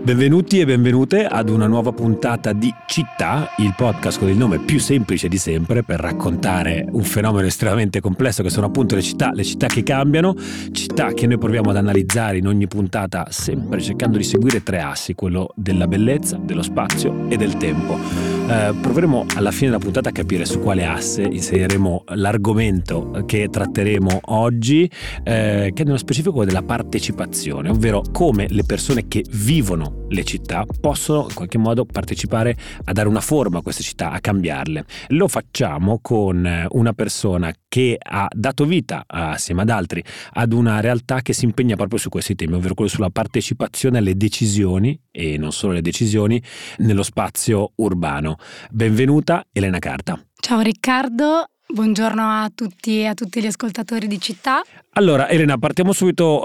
Benvenuti e benvenute ad una nuova puntata di Città, il podcast con il nome più semplice di sempre per raccontare un fenomeno estremamente complesso che sono appunto le città che cambiano, città che noi proviamo ad analizzare in ogni puntata sempre cercando di seguire tre assi, quello della bellezza, dello spazio e del tempo. Proveremo alla fine della puntata a capire su quale asse inseriremo l'argomento che tratteremo oggi, che è nello specifico della partecipazione, ovvero come le persone che vivono le città possono in qualche modo partecipare a dare una forma a queste città, a cambiarle. Lo facciamo con una persona che ha dato vita, assieme ad altri, ad una realtà che si impegna proprio su questi temi, ovvero quello sulla partecipazione alle decisioni, e non solo le decisioni, nello spazio urbano. Benvenuta Elena Carta. Ciao Riccardo. Buongiorno a tutti e a tutti gli ascoltatori di Città. Allora Elena, partiamo subito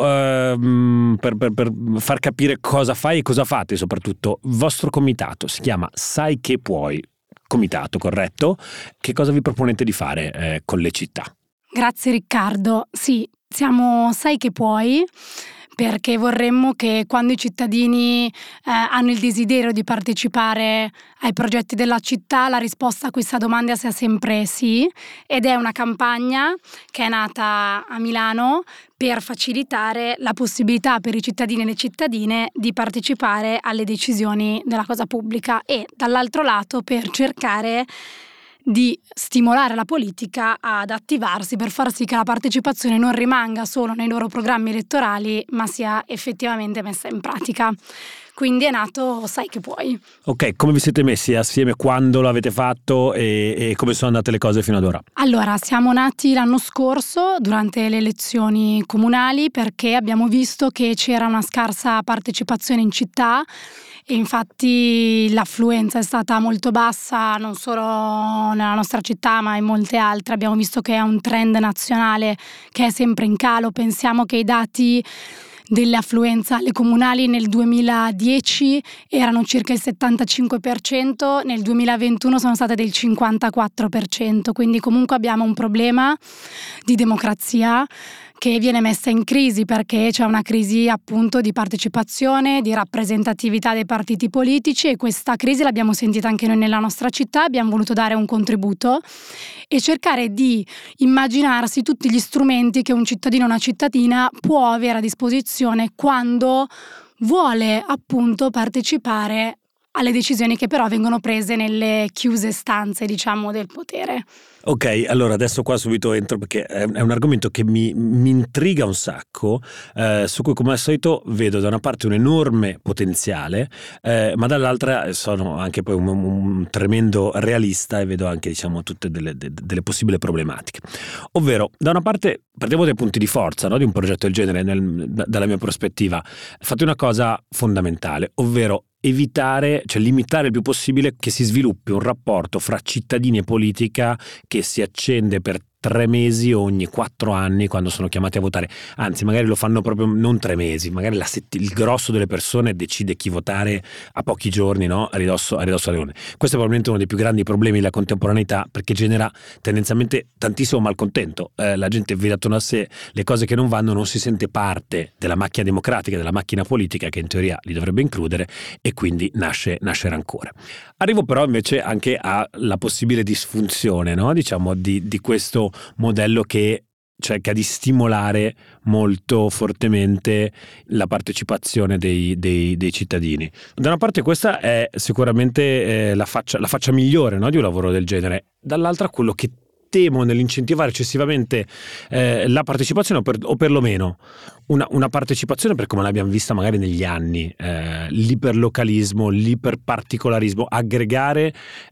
per far capire cosa fai e cosa fate soprattutto. Il vostro comitato si chiama Sai che puoi, comitato, corretto? Che cosa vi proponete di fare con le città? Grazie Riccardo. Sì, siamo Sai che puoi perché vorremmo che quando i cittadini hanno il desiderio di partecipare ai progetti della città, la risposta a questa domanda sia sempre sì, ed è una campagna che è nata a Milano per facilitare la possibilità per i cittadini e le cittadine di partecipare alle decisioni della cosa pubblica e dall'altro lato per cercare di stimolare la politica ad attivarsi per far sì che la partecipazione non rimanga solo nei loro programmi elettorali, ma sia effettivamente messa in pratica. Quindi è nato Sai che puoi. Ok, come vi siete messi assieme, quando lo avete fatto e come sono andate le cose fino ad ora? Allora, siamo nati l'anno scorso durante le elezioni comunali perché abbiamo visto che c'era una scarsa partecipazione in città e infatti l'affluenza è stata molto bassa non solo nella nostra città ma in molte altre. Abbiamo visto che è un trend nazionale che è sempre in calo. Pensiamo che i dati dell'affluenza alle comunali nel 2010 erano circa il 75%, nel 2021 sono state del 54%, quindi comunque abbiamo un problema di democrazia che viene messa in crisi perché c'è una crisi appunto di partecipazione, di rappresentatività dei partiti politici e questa crisi l'abbiamo sentita anche noi nella nostra città. Abbiamo voluto dare un contributo e cercare di immaginarsi tutti gli strumenti che un cittadino o una cittadina può avere a disposizione quando vuole appunto partecipare alle decisioni che però vengono prese nelle chiuse stanze, diciamo, del potere. Ok, allora adesso qua subito entro perché è un argomento che mi intriga un sacco, su cui come al solito vedo da una parte un enorme potenziale, ma dall'altra sono anche poi un tremendo realista e vedo anche, diciamo, tutte delle possibili problematiche. Ovvero, da una parte partiamo dai punti di forza, no, di un progetto del genere, dalla mia prospettiva. Fate una cosa fondamentale, ovvero evitare, cioè limitare il più possibile che si sviluppi un rapporto fra cittadini e politica che si accende per 3 mesi ogni 4 anni quando sono chiamati a votare, anzi magari lo fanno proprio non 3 mesi, magari il grosso delle persone decide chi votare a pochi giorni, no? a ridosso alle urne. Questo è probabilmente uno dei più grandi problemi della contemporaneità perché genera tendenzialmente tantissimo malcontento, la gente vede attorno a sé le cose che non vanno, non si sente parte della macchina democratica, della macchina politica che in teoria li dovrebbe includere e quindi nasce rancore. Arrivo però invece anche alla possibile disfunzione, no? Diciamo di questo modello che cerca di stimolare molto fortemente la partecipazione dei cittadini. Da una parte questa è sicuramente la faccia migliore, no, di un lavoro del genere, dall'altra quello che temo nell'incentivare eccessivamente la partecipazione o perlomeno una partecipazione per come l'abbiamo vista magari negli anni, l'iperlocalismo, l'iperparticolarismo, aggregare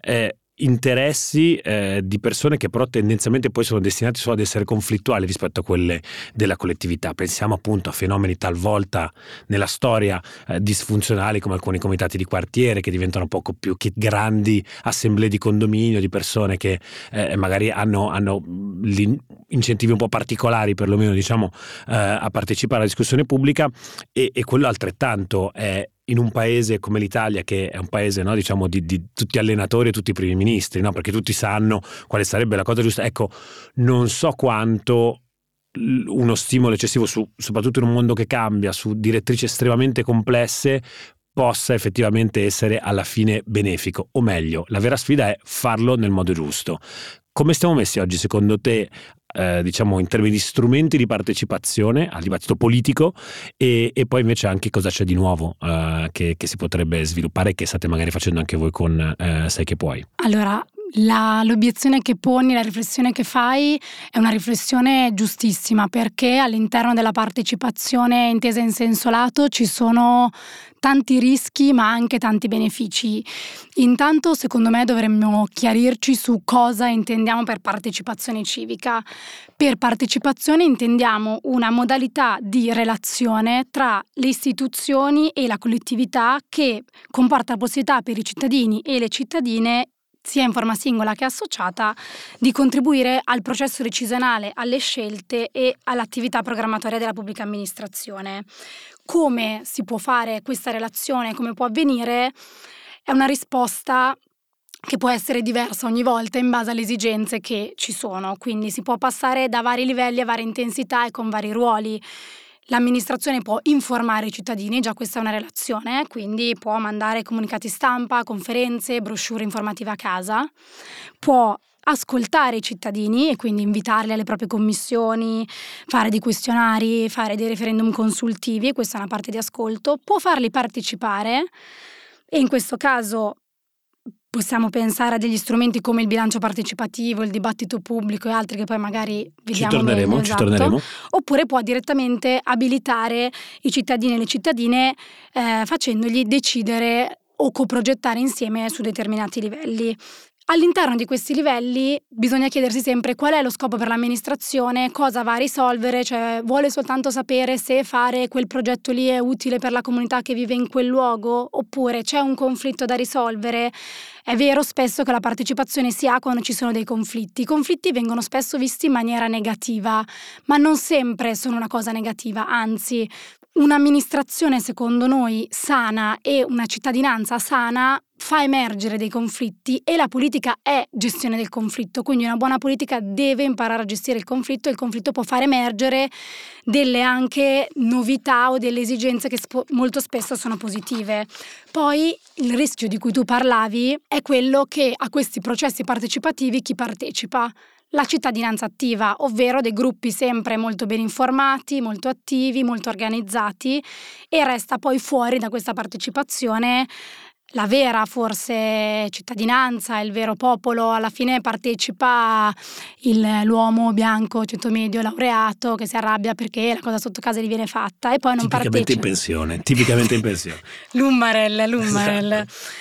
interessi di persone che però tendenzialmente poi sono destinati solo ad essere conflittuali rispetto a quelle della collettività. Pensiamo appunto a fenomeni talvolta nella storia disfunzionali come alcuni comitati di quartiere che diventano poco più che grandi assemblee di condominio di persone che magari hanno gli incentivi un po' particolari perlomeno, diciamo, a partecipare alla discussione pubblica e quello altrettanto è in un paese come l'Italia, che è un paese, no, diciamo di tutti allenatori e tutti primi ministri, no, perché tutti sanno quale sarebbe la cosa giusta. Ecco, non so quanto uno stimolo eccessivo soprattutto in un mondo che cambia, su direttrici estremamente complesse, possa effettivamente essere alla fine benefico, o meglio, la vera sfida è farlo nel modo giusto. Come stiamo messi oggi, secondo te, diciamo in termini di strumenti di partecipazione al dibattito politico, e poi invece anche cosa c'è di nuovo che si potrebbe sviluppare, che state magari facendo anche voi con Sai che puoi? Allora, l'obiezione che poni, la riflessione che fai è una riflessione giustissima, perché all'interno della partecipazione intesa in senso lato ci sono tanti rischi ma anche tanti benefici. Intanto, secondo me, dovremmo chiarirci su cosa intendiamo per partecipazione civica. Per partecipazione intendiamo una modalità di relazione tra le istituzioni e la collettività che comporta la possibilità per i cittadini e le cittadine, sia in forma singola che associata, di contribuire al processo decisionale, alle scelte e all'attività programmatoria della pubblica amministrazione. Come si può fare questa relazione, come può avvenire, è una risposta che può essere diversa ogni volta in base alle esigenze che ci sono, quindi si può passare da vari livelli a varie intensità e con vari ruoli. L'amministrazione può informare i cittadini, già questa è una relazione, quindi può mandare comunicati stampa, conferenze, brochure informative a casa, può ascoltare i cittadini e quindi invitarli alle proprie commissioni, fare dei questionari, fare dei referendum consultivi, questa è una parte di ascolto, può farli partecipare, e in questo caso possiamo pensare a degli strumenti come il bilancio partecipativo, il dibattito pubblico e altri che poi magari vediamo meglio, Ci torneremo. Oppure può direttamente abilitare i cittadini e le cittadine facendogli decidere o coprogettare insieme su determinati livelli. All'interno di questi livelli bisogna chiedersi sempre qual è lo scopo per l'amministrazione, cosa va a risolvere, cioè vuole soltanto sapere se fare quel progetto lì è utile per la comunità che vive in quel luogo, oppure c'è un conflitto da risolvere. È vero spesso che la partecipazione si ha quando ci sono dei conflitti. I conflitti vengono spesso visti in maniera negativa, ma non sempre sono una cosa negativa, anzi, un'amministrazione secondo noi sana e una cittadinanza sana fa emergere dei conflitti, e la politica è gestione del conflitto, quindi una buona politica deve imparare a gestire il conflitto, e il conflitto può far emergere delle anche novità o delle esigenze che molto spesso sono positive. Poi il rischio di cui tu parlavi è quello che a questi processi partecipativi chi partecipa? La cittadinanza attiva, ovvero dei gruppi sempre molto ben informati, molto attivi, molto organizzati, e resta poi fuori da questa partecipazione la vera forse cittadinanza, il vero popolo. Alla fine partecipa l'uomo bianco, ceto medio, laureato, che si arrabbia perché la cosa sotto casa gli viene fatta e poi non partecipa. Tipicamente in pensione. L'Ummarell.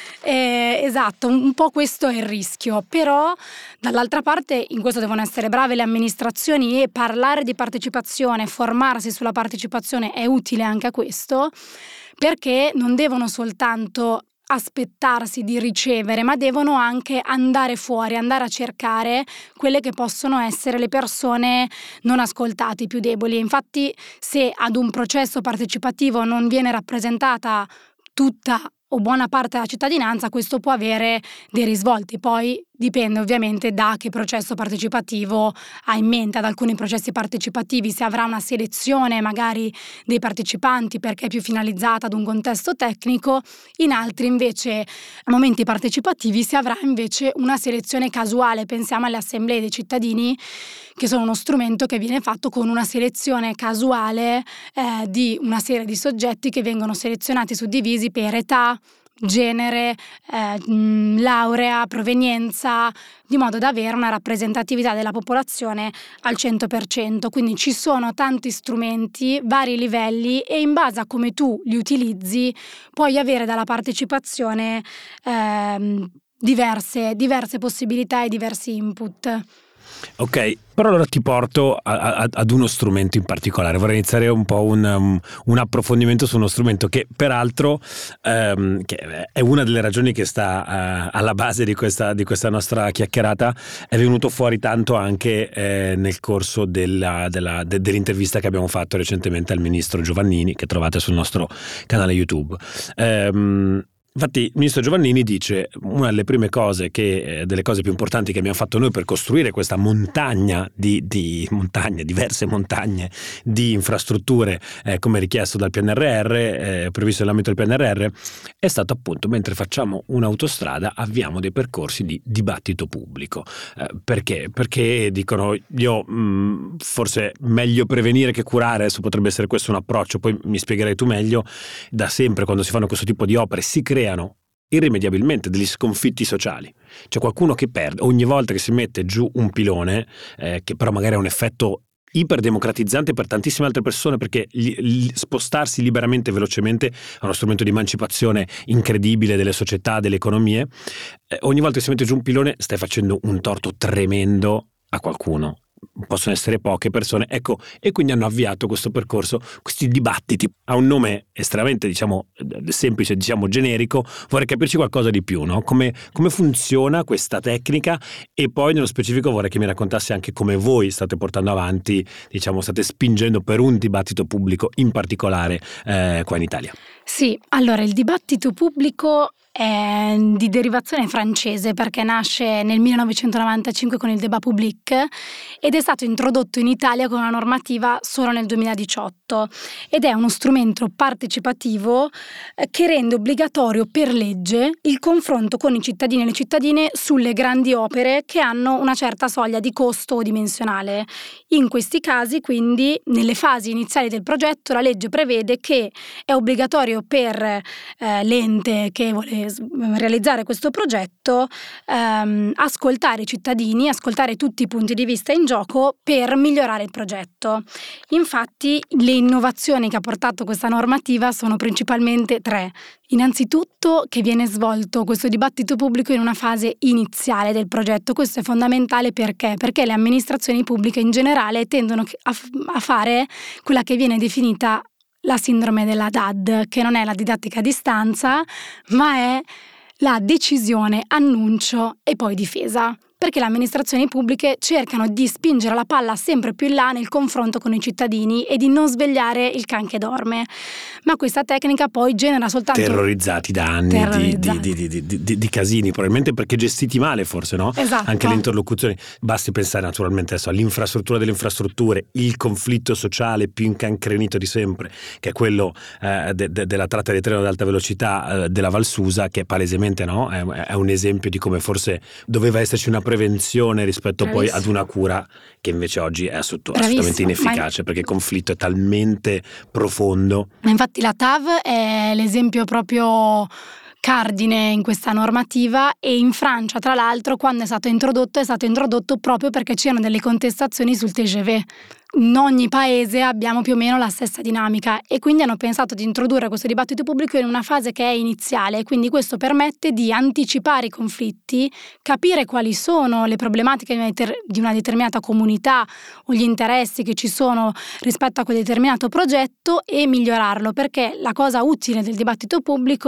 Esatto, un po' questo è il rischio, però dall'altra parte in questo devono essere brave le amministrazioni, e parlare di partecipazione, formarsi sulla partecipazione è utile anche a questo, perché non devono soltanto aspettarsi di ricevere, ma devono anche andare fuori, andare a cercare quelle che possono essere le persone non ascoltate, i più deboli. Infatti, se ad un processo partecipativo non viene rappresentata tutta o buona parte della cittadinanza, questo può avere dei risvolti. Poi dipende ovviamente da che processo partecipativo ha in mente. Ad alcuni processi partecipativi si avrà una selezione magari dei partecipanti perché è più finalizzata ad un contesto tecnico, in altri invece a momenti partecipativi si avrà invece una selezione casuale. Pensiamo alle assemblee dei cittadini, che sono uno strumento che viene fatto con una selezione casuale di una serie di soggetti che vengono selezionati, suddivisi per età, genere, laurea, provenienza, di modo da avere una rappresentatività della popolazione al 100%. Quindi ci sono tanti strumenti, vari livelli, e in base a come tu li utilizzi puoi avere dalla partecipazione diverse possibilità e diversi input. Ok, però allora ti porto ad uno strumento in particolare. Vorrei iniziare un po' un approfondimento su uno strumento che peraltro che è una delle ragioni che sta alla base di questa nostra chiacchierata. È venuto fuori tanto anche nel corso dell'intervista che abbiamo fatto recentemente al ministro Giovannini, che trovate sul nostro canale YouTube. Infatti il ministro Giovannini dice una delle prime cose delle cose più importanti che abbiamo fatto noi per costruire questa montagna diverse montagne di infrastrutture come richiesto dal PNRR, previsto nell'ambito del PNRR, è stato appunto, mentre facciamo un'autostrada avviamo dei percorsi di dibattito pubblico. Perché? Perché dicono forse meglio prevenire che curare, adesso potrebbe essere questo un approccio, poi mi spiegherai tu meglio. Da sempre quando si fanno questo tipo di opere si creano irrimediabilmente degli sconfitti sociali. C'è qualcuno che perde ogni volta che si mette giù un pilone, che però magari ha un effetto iperdemocratizzante per tantissime altre persone, perché spostarsi liberamente e velocemente è uno strumento di emancipazione incredibile delle società, delle economie. Ogni volta che si mette giù un pilone stai facendo un torto tremendo a qualcuno. Possono essere poche persone, ecco, e quindi hanno avviato questo percorso, questi dibattiti. Ha un nome estremamente, semplice, generico. Vorrei capirci qualcosa di più, no? Come funziona questa tecnica, e poi nello specifico vorrei che mi raccontassi anche come voi state portando avanti, state spingendo per un dibattito pubblico in particolare qua in Italia. Sì, allora il dibattito pubblico è di derivazione francese, perché nasce nel 1995 con il débat public ed è stato introdotto in Italia con una normativa solo nel 2018, ed è uno strumento partecipativo che rende obbligatorio per legge il confronto con i cittadini e le cittadine sulle grandi opere che hanno una certa soglia di costo o dimensionale. In questi casi, quindi, nelle fasi iniziali del progetto, la legge prevede che è obbligatorio per l'ente che vuole realizzare questo progetto ascoltare i cittadini, ascoltare tutti i punti di vista in gioco per migliorare il progetto. Infatti le innovazioni che ha portato questa normativa sono principalmente 3. Innanzitutto che viene svolto questo dibattito pubblico in una fase iniziale del progetto. Questo è fondamentale perché le amministrazioni pubbliche in generale tendono a fare quella che viene definita la sindrome della DAD, che non è la didattica a distanza, ma è la decisione, annuncio e poi difesa. Perché le amministrazioni pubbliche cercano di spingere la palla sempre più in là nel confronto con i cittadini e di non svegliare il can che dorme. Ma questa tecnica poi genera soltanto... Terrorizzati da anni di casini, probabilmente perché gestiti male, forse, no? Esatto. Anche le interlocuzioni. Basti pensare naturalmente adesso all'infrastruttura delle infrastrutture, il conflitto sociale più incancrenito di sempre, che è quello della tratta di treno ad alta velocità della Val Susa, che palesemente, no? È un esempio di come forse doveva esserci una prevenzione rispetto poi ad una cura che invece oggi è assolutamente inefficace, perché il conflitto è talmente profondo. Infatti la TAV è l'esempio proprio cardine in questa normativa, e in Francia, tra l'altro, quando è stato introdotto proprio perché c'erano delle contestazioni sul TGV. In ogni paese abbiamo più o meno la stessa dinamica, e quindi hanno pensato di introdurre questo dibattito pubblico in una fase che è iniziale, quindi questo permette di anticipare i conflitti, capire quali sono le problematiche di una determinata comunità o gli interessi che ci sono rispetto a quel determinato progetto e migliorarlo, perché la cosa utile del dibattito pubblico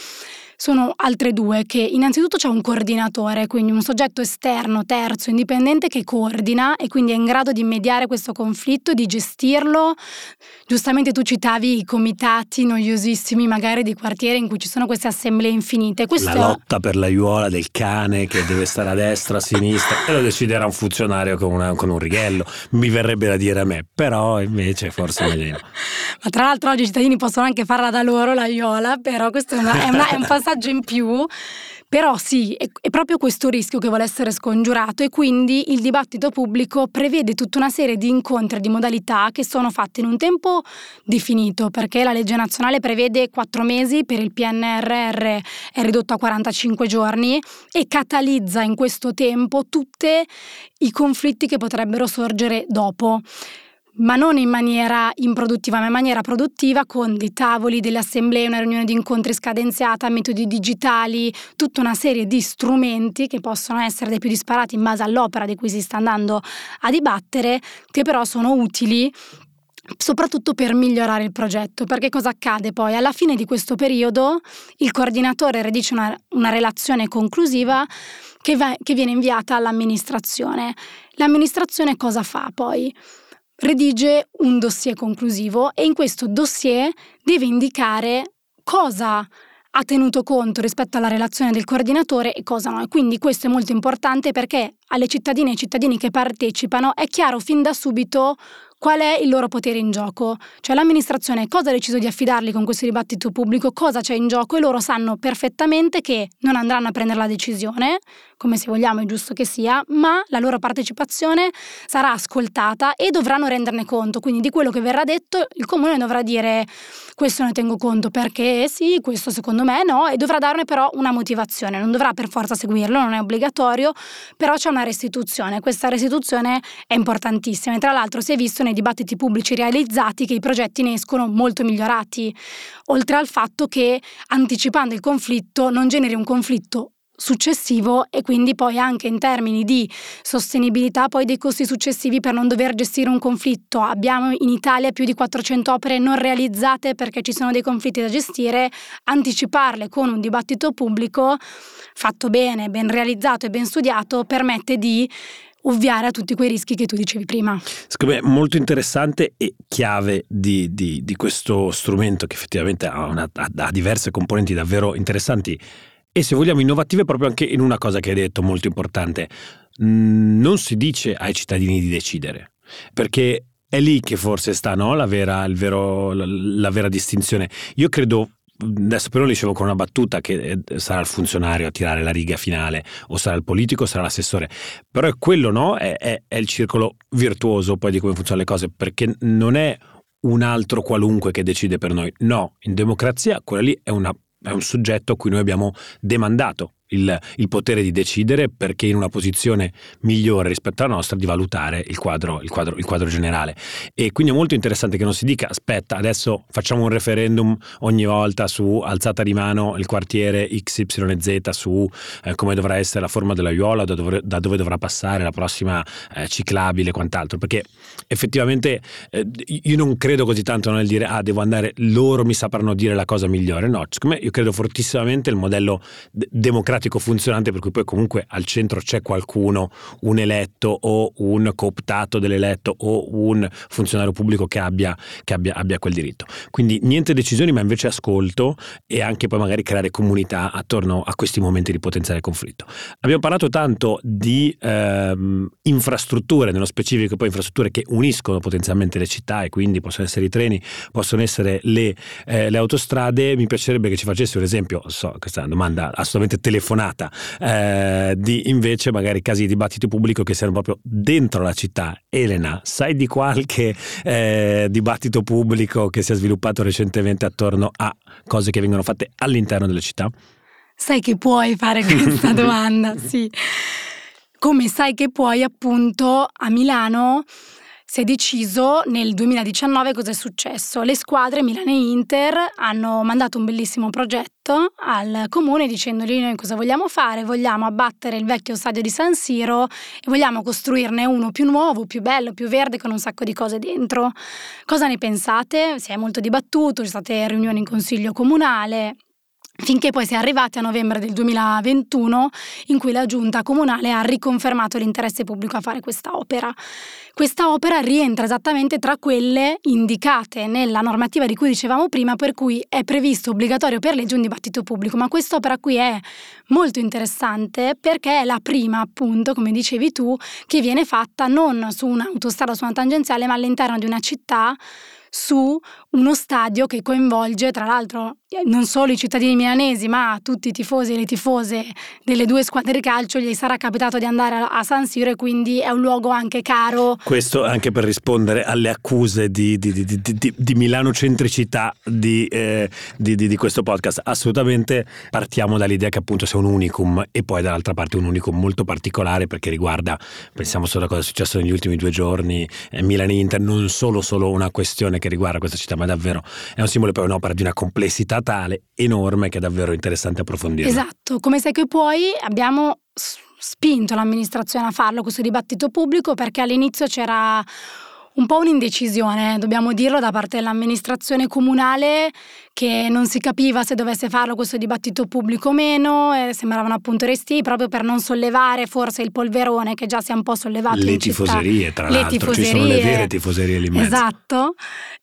sono altre 2, che innanzitutto c'è un coordinatore, quindi un soggetto esterno, terzo, indipendente, che coordina e quindi è in grado di mediare questo conflitto, di gestirlo. Giustamente tu citavi i comitati noiosissimi magari di quartiere in cui ci sono queste assemblee infinite. La lotta per l'aiuola del cane che deve stare a destra, a sinistra, e lo deciderà un funzionario con un righello, mi verrebbe da dire a me, però invece forse meglio no. Ma tra l'altro oggi i cittadini possono anche farla da loro l'aiuola, però questo è un passaggio in più. Però sì, è proprio questo rischio che vuole essere scongiurato, e quindi il dibattito pubblico prevede tutta una serie di incontri, di modalità che sono fatte in un tempo definito, perché la legge nazionale prevede 4 mesi, per il PNRR è ridotto a 45 giorni e catalizza in questo tempo tutti i conflitti che potrebbero sorgere dopo. Ma non in maniera improduttiva, ma in maniera produttiva, con dei tavoli, delle assemblee, una riunione di incontri scadenziata, metodi digitali, tutta una serie di strumenti che possono essere dei più disparati in base all'opera di cui si sta andando a dibattere, che però sono utili soprattutto per migliorare il progetto. Perché cosa accade poi? Alla fine di questo periodo il coordinatore redice una relazione conclusiva che viene inviata all'amministrazione. L'amministrazione cosa fa poi? Redige un dossier conclusivo, e in questo dossier deve indicare cosa ha tenuto conto rispetto alla relazione del coordinatore e cosa no. E quindi questo è molto importante perché alle cittadine e ai cittadini che partecipano è chiaro fin da subito qual è il loro potere in gioco, cioè l'amministrazione cosa ha deciso di affidarli con questo dibattito pubblico, cosa c'è in gioco, e loro sanno perfettamente che non andranno a prendere la decisione, come se vogliamo è giusto che sia, ma la loro partecipazione sarà ascoltata e dovranno renderne conto, quindi di quello che verrà detto il comune dovrà dire questo ne tengo conto perché sì, questo secondo me no, e dovrà darne però una motivazione, non dovrà per forza seguirlo, non è obbligatorio, però c'è una restituzione, questa restituzione è importantissima e tra l'altro si è visto nei dibattiti pubblici realizzati che i progetti ne escono molto migliorati, oltre al fatto che anticipando il conflitto non generi un conflitto successivo e quindi poi anche in termini di sostenibilità poi dei costi successivi per non dover gestire un conflitto. Abbiamo in Italia più di 400 opere non realizzate perché ci sono dei conflitti da gestire, anticiparle con un dibattito pubblico fatto bene, ben realizzato e ben studiato permette di ovviare a tutti quei rischi che tu dicevi prima. Secondo me è molto interessante e chiave di questo strumento che effettivamente ha diverse componenti davvero interessanti e se vogliamo innovative proprio anche in una cosa che hai detto molto importante. Non si dice ai cittadini di decidere, perché è lì che forse sta, no? la vera distinzione. Io credo, adesso però lo dicevo con una battuta, che sarà il funzionario a tirare la riga finale o sarà il politico o sarà l'assessore, però è quello, no? È il circolo virtuoso poi di come funzionano le cose, perché non è un altro qualunque che decide per noi, no, in democrazia quella lì è un soggetto a cui noi abbiamo demandato il potere di decidere, perché in una posizione migliore rispetto alla nostra di valutare il quadro generale. E quindi è molto interessante che non si dica aspetta adesso facciamo un referendum ogni volta su alzata di mano il quartiere XYZ, su come dovrà essere la forma dell'aiuola, da dove dovrà passare la prossima ciclabile e quant'altro, perché effettivamente io non credo così tanto nel dire devo andare, loro mi sapranno dire la cosa migliore, no, secondo me io credo fortissimamente il modello democratico funzionante per cui poi comunque al centro c'è qualcuno, un eletto o un cooptato dell'eletto o un funzionario pubblico che abbia quel diritto. Quindi niente decisioni ma invece ascolto e anche poi magari creare comunità attorno a questi momenti di potenziale conflitto. Abbiamo parlato tanto di infrastrutture, nello specifico poi infrastrutture che uniscono potenzialmente le città e quindi possono essere i treni, possono essere le autostrade. Mi piacerebbe che ci facessi un esempio, questa è una domanda assolutamente telefonica, di invece magari casi di dibattito pubblico che siano proprio dentro la città. Elena, sai di qualche dibattito pubblico che si è sviluppato recentemente attorno a cose che vengono fatte all'interno delle città? Sai che puoi fare questa domanda, sì. Come sai che puoi, appunto, a Milano si è deciso nel 2019 cosa è successo. Le squadre Milan e Inter hanno mandato un bellissimo progetto al comune dicendogli noi cosa vogliamo fare, vogliamo abbattere il vecchio stadio di San Siro e vogliamo costruirne uno più nuovo, più bello, più verde, con un sacco di cose dentro. Cosa ne pensate? Si è molto dibattuto, ci sono state riunioni in consiglio comunale, finché poi si è arrivati a novembre del 2021 in cui la giunta comunale ha riconfermato l'interesse pubblico a fare questa opera. Questa opera rientra esattamente tra quelle indicate nella normativa di cui dicevamo prima, per cui è previsto obbligatorio per legge un dibattito pubblico, ma quest'opera qui è molto interessante perché è la prima, appunto, come dicevi tu, che viene fatta non su un'autostrada, su una tangenziale, ma all'interno di una città, su uno stadio che coinvolge tra l'altro non solo i cittadini milanesi ma tutti i tifosi e le tifose delle due squadre di calcio. Gli sarà capitato di andare a San Siro e quindi è un luogo anche caro. Questo anche per rispondere alle accuse di milanocentricità di questo podcast. Assolutamente partiamo dall'idea che appunto sia un unicum e poi dall'altra parte un unicum molto particolare perché riguarda, pensiamo solo a cosa è successo negli ultimi 2 giorni, Milan e Inter, non solo una questione che riguarda questa città, ma davvero è un simbolo, poi un'opera di una complessità tale, enorme, che è davvero interessante approfondire. Esatto, come sai che poi abbiamo spinto l'amministrazione a farlo questo dibattito pubblico perché all'inizio c'era un po' un'indecisione, dobbiamo dirlo, da parte dell'amministrazione comunale, che non si capiva se dovesse farlo questo dibattito pubblico o meno, e sembravano appunto restii proprio per non sollevare forse il polverone che già si è un po' sollevato le in tifoserie, città. Tra l'altro, ci sono le vere tifoserie lì in mezzo. Esatto,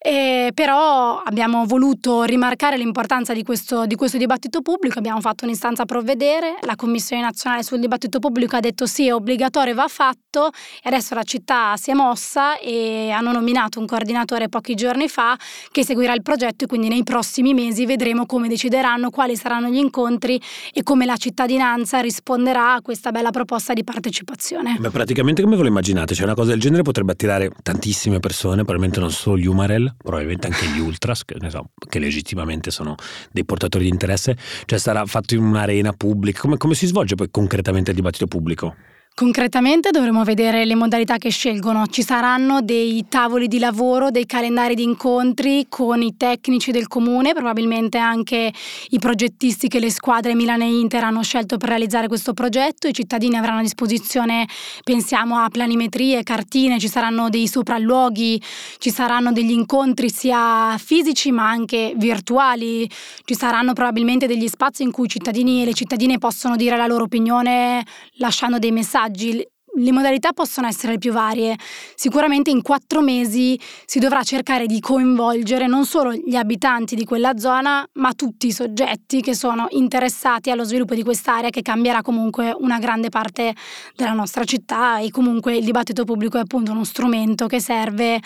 Però abbiamo voluto rimarcare l'importanza di questo dibattito pubblico, abbiamo fatto un'istanza a provvedere, la Commissione nazionale sul dibattito pubblico ha detto sì, è obbligatorio, va fatto, e adesso la città si è mossa e hanno nominato un coordinatore pochi giorni fa che seguirà il progetto, e quindi nei prossimi mesi vedremo come decideranno, quali saranno gli incontri e come la cittadinanza risponderà a questa bella proposta di partecipazione. Beh, praticamente come ve lo immaginate? Cioè, una cosa del genere potrebbe attirare tantissime persone, probabilmente non solo gli Umarell, probabilmente anche gli Ultras, che legittimamente sono dei portatori di interesse. Cioè, sarà fatto in un'arena pubblica. Come si svolge poi concretamente il dibattito pubblico? Concretamente dovremo vedere le modalità che scelgono. Ci saranno dei tavoli di lavoro, dei calendari di incontri con i tecnici del comune, probabilmente anche i progettisti che le squadre Milan e Inter hanno scelto per realizzare questo progetto. I cittadini avranno a disposizione, pensiamo a planimetrie, cartine, ci saranno dei sopralluoghi, ci saranno degli incontri sia fisici ma anche virtuali, ci saranno probabilmente degli spazi in cui i cittadini e le cittadine possono dire la loro opinione lasciando dei messaggi. Le modalità possono essere le più varie. Sicuramente in 4 mesi si dovrà cercare di coinvolgere non solo gli abitanti di quella zona, ma tutti i soggetti che sono interessati allo sviluppo di quest'area, che cambierà comunque una grande parte della nostra città. E comunque il dibattito pubblico è appunto uno strumento che serve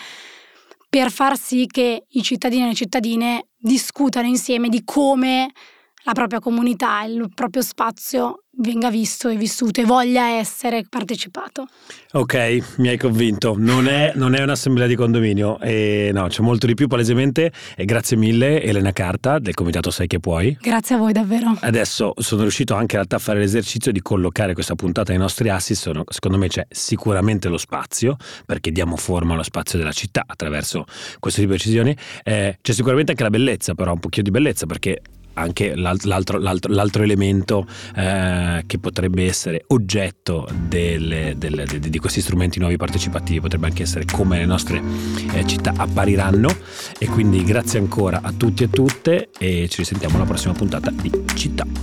per far sì che i cittadini e le cittadine discutano insieme di come la propria comunità, il proprio spazio venga visto e vissuto e voglia essere partecipato. Ok, mi hai convinto. Non è un'assemblea di condominio, e no, c'è molto di più palesemente. E grazie mille Elena Carta del Comitato Sai Che Puoi. Grazie a voi davvero. Adesso sono riuscito anche in realtà a fare l'esercizio di collocare questa puntata ai nostri assist. Secondo me c'è sicuramente lo spazio, perché diamo forma allo spazio della città attraverso questo tipo di decisioni. C'è sicuramente anche la bellezza, però un pochino di bellezza, perché anche l'altro elemento che potrebbe essere oggetto di questi strumenti nuovi partecipativi potrebbe anche essere come le nostre città appariranno. E quindi grazie ancora a tutti e tutte, e ci risentiamo alla prossima puntata di Città.